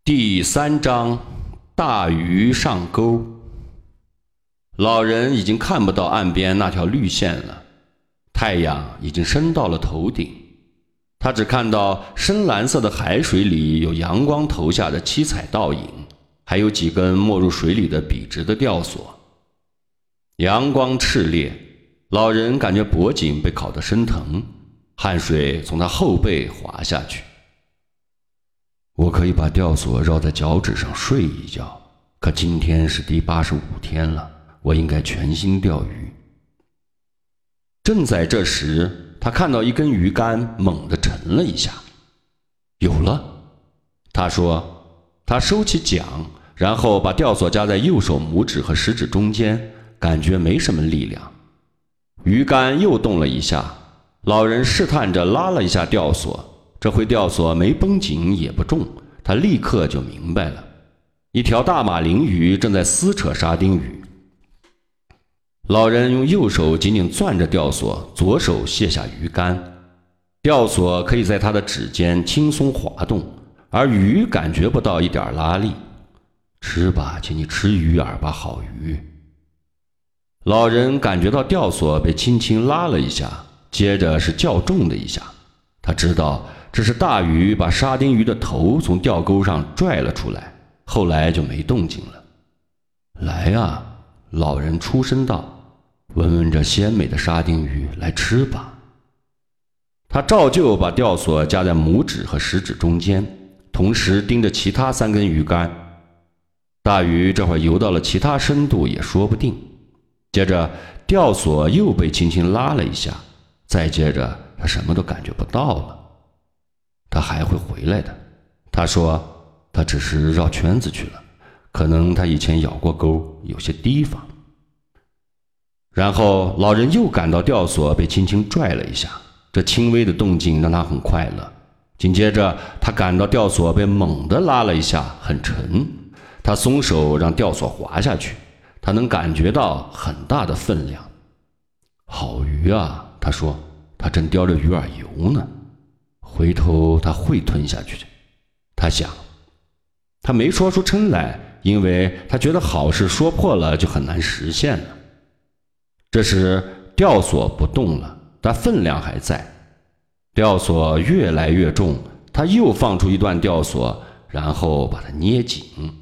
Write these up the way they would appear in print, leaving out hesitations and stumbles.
第3章大鱼上钩。老人已经看不到岸边那条绿线了，太阳已经升到了头顶，他只看到深蓝色的海水里有阳光投下的七彩倒影，还有几根没入水里的笔直的吊索。阳光炽烈，老人感觉脖颈被烤得生疼，汗水从他后背滑下去。我可以把吊索绕在脚趾上睡一觉，可今天是第85天了，我应该全心钓鱼。正在这时，他看到一根鱼竿猛地沉了一下。有了，他说。他收起桨，然后把吊索夹在右手拇指和食指中间，感觉没什么力量。鱼竿又动了一下，老人试探着拉了一下吊索，这回吊索没绷紧也不重，他立刻就明白了，一条大马林鱼正在撕扯沙丁鱼。老人用右手紧紧攥着吊索，左手卸下鱼竿，吊索可以在他的指尖轻松滑动，而鱼感觉不到一点拉力。吃吧，请你吃鱼饵吧，好鱼。老人感觉到吊索被轻轻拉了一下，接着是较重的一下，他知道这是大鱼把沙丁鱼的头从钓钩上拽了出来，后来就没动静了。来啊，老人出声道，闻闻这鲜美的沙丁鱼，来吃吧。他照旧把吊索夹在拇指和食指中间，同时盯着其他3根鱼竿。大鱼这会儿游到了其他深度也说不定。接着吊索又被轻轻拉了一下，再接着他什么都感觉不到了。他还会回来的，他说他只是绕圈子去了，可能他以前咬过钩，有些提防。然后老人又感到吊索被轻轻拽了一下，这轻微的动静让他很快乐。紧接着他感到吊索被猛地拉了一下，很沉，他松手让吊索滑下去，他能感觉到很大的分量。好鱼啊，他说，他正叼着鱼饵游呢，回头他会吞下去的。他想，他没说出声来，因为他觉得好事说破了就很难实现了。这时吊索不动了，但分量还在。吊索越来越重，他又放出一段吊索，然后把它捏紧。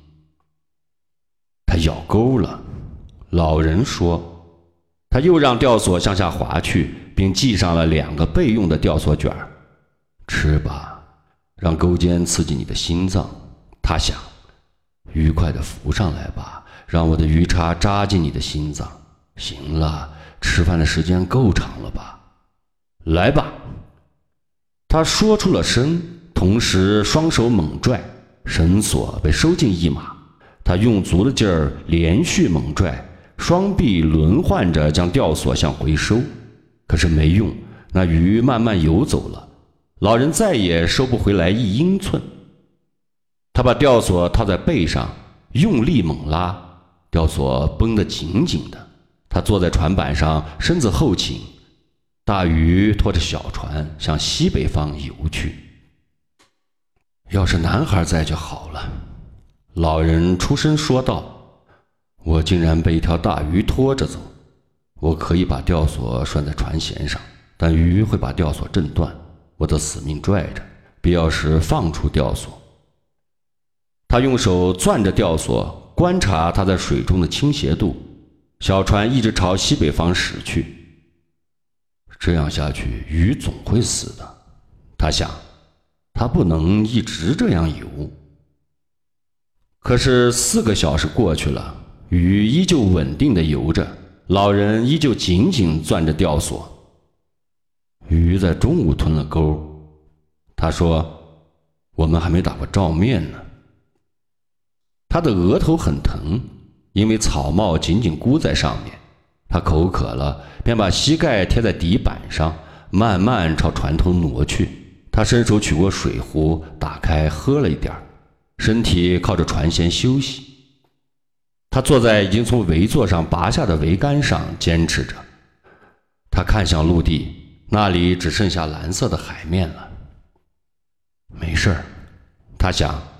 他咬钩了，老人说。他又让吊索向下滑去，并系上了2个备用的吊索卷。吃吧，让钩尖刺激你的心脏。他想，愉快地浮上来吧，让我的鱼叉扎进你的心脏。行了，吃饭的时间够长了吧？来吧。他说出了声，同时双手猛拽，绳索被收进一码。他用足了劲儿，连续猛拽，双臂轮换着将吊索向回收，可是没用，那鱼慢慢游走了，老人再也收不回来1英寸。他把吊索套在背上，用力猛拉，吊索绷得紧紧的。他坐在船板上，身子后倾，大鱼拖着小船向西北方游去。要是男孩在就好了，老人出声说道。我竟然被一条大鱼拖着走，我可以把吊索拴在船舷上，但鱼会把吊索震断，我得死命拽着，必要时放出吊索。他用手攥着吊索，观察它在水中的倾斜度。小船一直朝西北方驶去。这样下去，鱼总会死的，他想，他不能一直这样游。可是4个小时过去了，鱼依旧稳定地游着，老人依旧紧紧攥着吊索。鱼在中午吞了钩，他说，我们还没打过照面呢。他的额头很疼，因为草帽紧紧箍在上面。他口渴了，便把膝盖贴在底板上，慢慢朝船头挪去。他伸手取过水壶，打开喝了一点，身体靠着船舷休息。他坐在已经从围座上拔下的桅杆上，坚持着。他看向陆地，那里只剩下蓝色的海面了。没事儿，他想，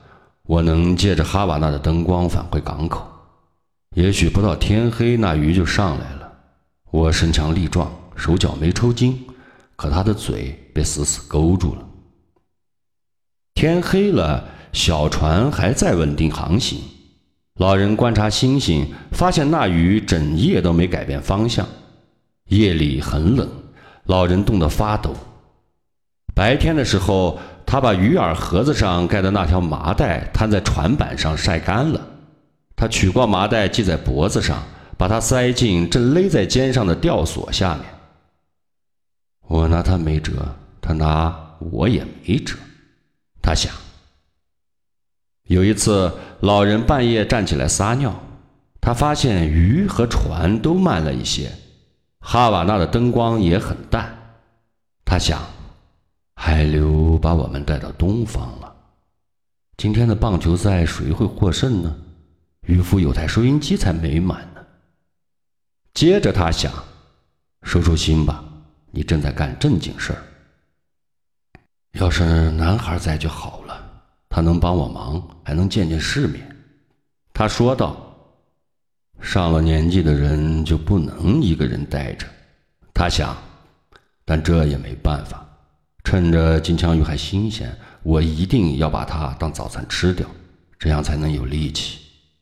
我能借着哈瓦那的灯光返回港口。也许不到天黑，那鱼就上来了。我身强力壮，手脚没抽筋，可他的嘴被死死勾住了。天黑了，小船还在稳定航行。老人观察星星，发现那鱼整夜都没改变方向。夜里很冷，老人冻得发抖。白天的时候，他把鱼饵盒子上盖的那条麻袋摊在船板上晒干了。他取过麻袋系在脖子上，把它塞进正勒在肩上的吊索下面。我拿他没辙，他拿我也没辙，他想。有一次，老人半夜站起来撒尿，他发现鱼和船都慢了一些，哈瓦那的灯光也很淡。他想，海流把我们带到东方了。今天的棒球赛谁会获胜呢？渔夫有台收音机才美满呢。接着他想，收收心吧，你正在干正经事儿。要是男孩在就好了，他能帮我忙，还能见见世面。他说道。上了年纪的人就不能一个人待着，他想，但这也没办法。趁着金枪鱼还新鲜，我一定要把它当早餐吃掉，这样才能有力气。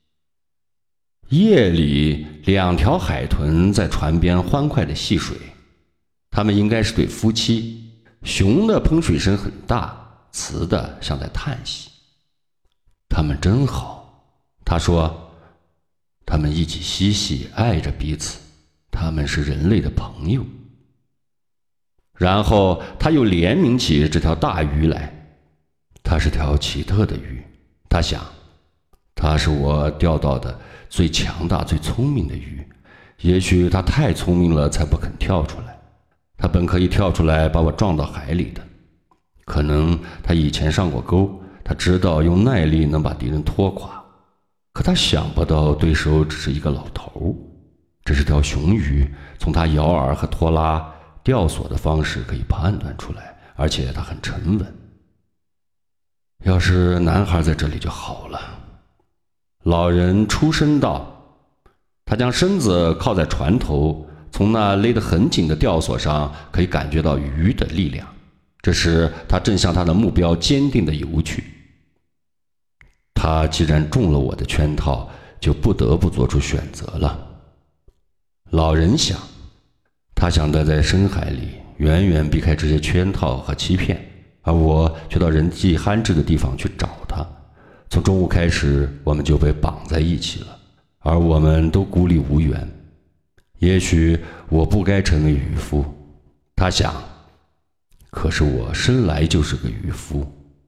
夜里，2条海豚在船边欢快地戏水，他们应该是对夫妻。雄的喷水声很大，雌的像在叹息。他们真好，他说，他们一起嬉戏，爱着彼此，他们是人类的朋友。然后他又怜悯起这条大鱼来，它是条奇特的鱼，他想，它是我钓到的最强大、最聪明的鱼。也许它太聪明了，才不肯跳出来。它本可以跳出来把我撞到海里的。可能它以前上过钩，它知道用耐力能把敌人拖垮。可他想不到对手只是一个老头。这是条雄鱼，从它摇饵和拖拉吊索的方式可以判断出来，而且它很沉稳。要是男孩在这里就好了。老人出声道。他将身子靠在船头，从那勒得很紧的吊索上可以感觉到鱼的力量。这时他正向他的目标坚定地游去。他既然中了我的圈套，就不得不做出选择了。老人想，他想待在深海里，远远避开这些圈套和欺骗，而我却到人迹罕至的地方去找他。从中午开始，我们就被绑在一起了，而我们都孤立无援。也许我不该成为渔夫，他想，可是我生来就是个渔夫。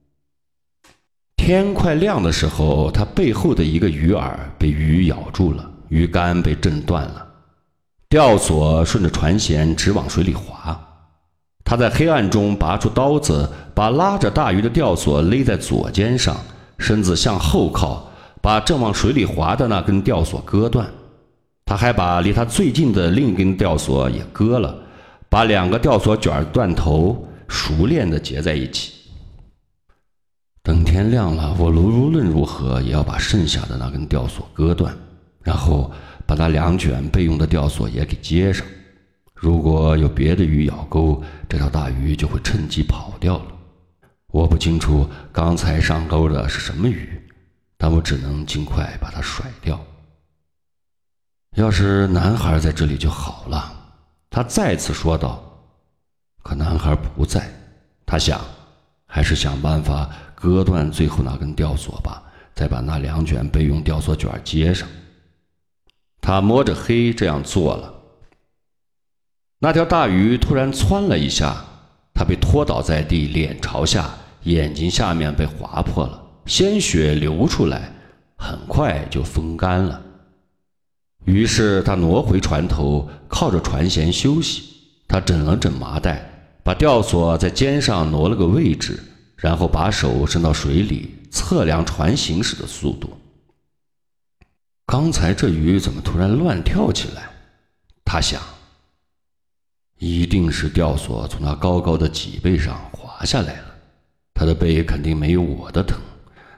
天快亮的时候，他背后的一个鱼饵被鱼咬住了，鱼竿被震断了，吊索顺着船舷直往水里滑。他在黑暗中拔出刀子，把拉着大鱼的吊索勒在左肩上，身子向后靠，把正往水里滑的那根吊索割断。他还把离他最近的另一根吊索也割了，把2个吊索卷断头熟练地结在一起。等天亮了，我无论如何也要把剩下的那根吊索割断，然后把那2卷备用的吊索也给接上。如果有别的鱼咬钩，这条大鱼就会趁机跑掉了。我不清楚刚才上钩的是什么鱼，但我只能尽快把它甩掉。要是男孩在这里就好了，他再次说道。可男孩不在，他想，还是想办法割断最后那根吊索吧，再把那2卷备用吊索卷接上。他摸着黑这样做了。那条大鱼突然窜了一下，他被拖倒在地，脸朝下，眼睛下面被划破了，鲜血流出来，很快就风干了。于是他挪回船头，靠着船舷休息。他整了整麻袋，把吊索在肩上挪了个位置，然后把手伸到水里，测量船行驶的速度。刚才这鱼怎么突然乱跳起来？他想，一定是吊索从他高高的脊背上滑下来了。他的背肯定没有我的疼，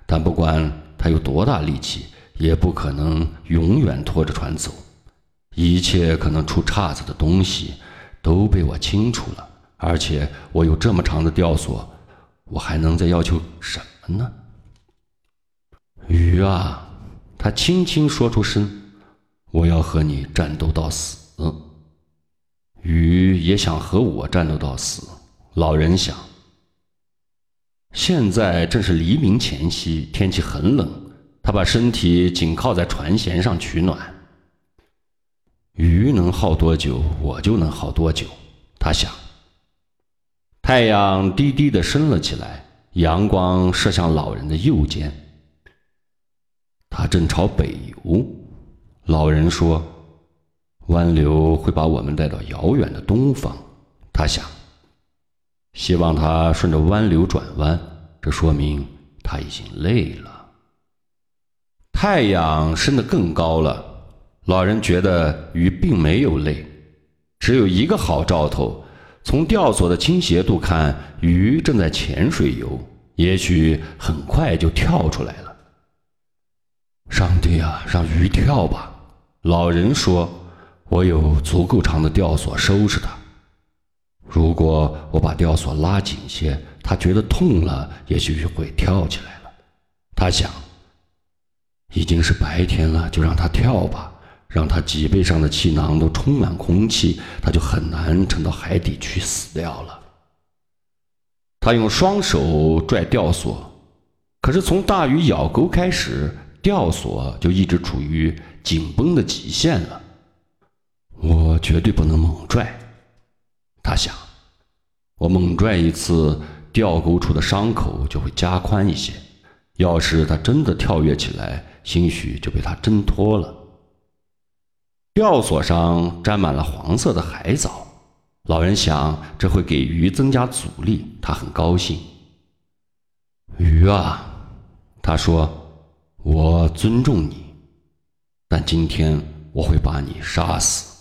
但不管他有多大力气，也不可能永远拖着船走。一切可能出岔子的东西都被我清楚了，而且我有这么长的吊索，我还能再要求什么呢？鱼啊，他轻轻说出声，我要和你战斗到死。鱼也想和我战斗到死。老人想，现在正是黎明前夕，天气很冷，他把身体紧靠在船舷上取暖。鱼能耗多久，我就能耗多久，他想。太阳低低地升了起来，阳光射向老人的右肩。他正朝北游。老人说，湾流会把我们带到遥远的东方，他想。希望他顺着湾流转弯，这说明他已经累了。太阳升得更高了，老人觉得鱼并没有累，只有一个好兆头，从吊索的倾斜度看，鱼正在潜水游，也许很快就跳出来了。上帝啊，让鱼跳吧！老人说，我有足够长的吊索收拾它。如果我把吊索拉紧些，他觉得痛了，也许就会跳起来了。他想，已经是白天了，就让他跳吧，让他脊背上的气囊都充满空气，他就很难沉到海底去死掉了。他用双手拽吊索，可是从大鱼咬钩开始，吊索就一直处于紧绷的极限了。我绝对不能猛拽，他想，我猛拽一次，吊钩处的伤口就会加宽一些。要是他真的跳跃起来，兴许就被他挣脱了。吊索上沾满了黄色的海藻，老人想，这会给鱼增加阻力，他很高兴。鱼啊，他说，我尊重你，但今天我会把你杀死。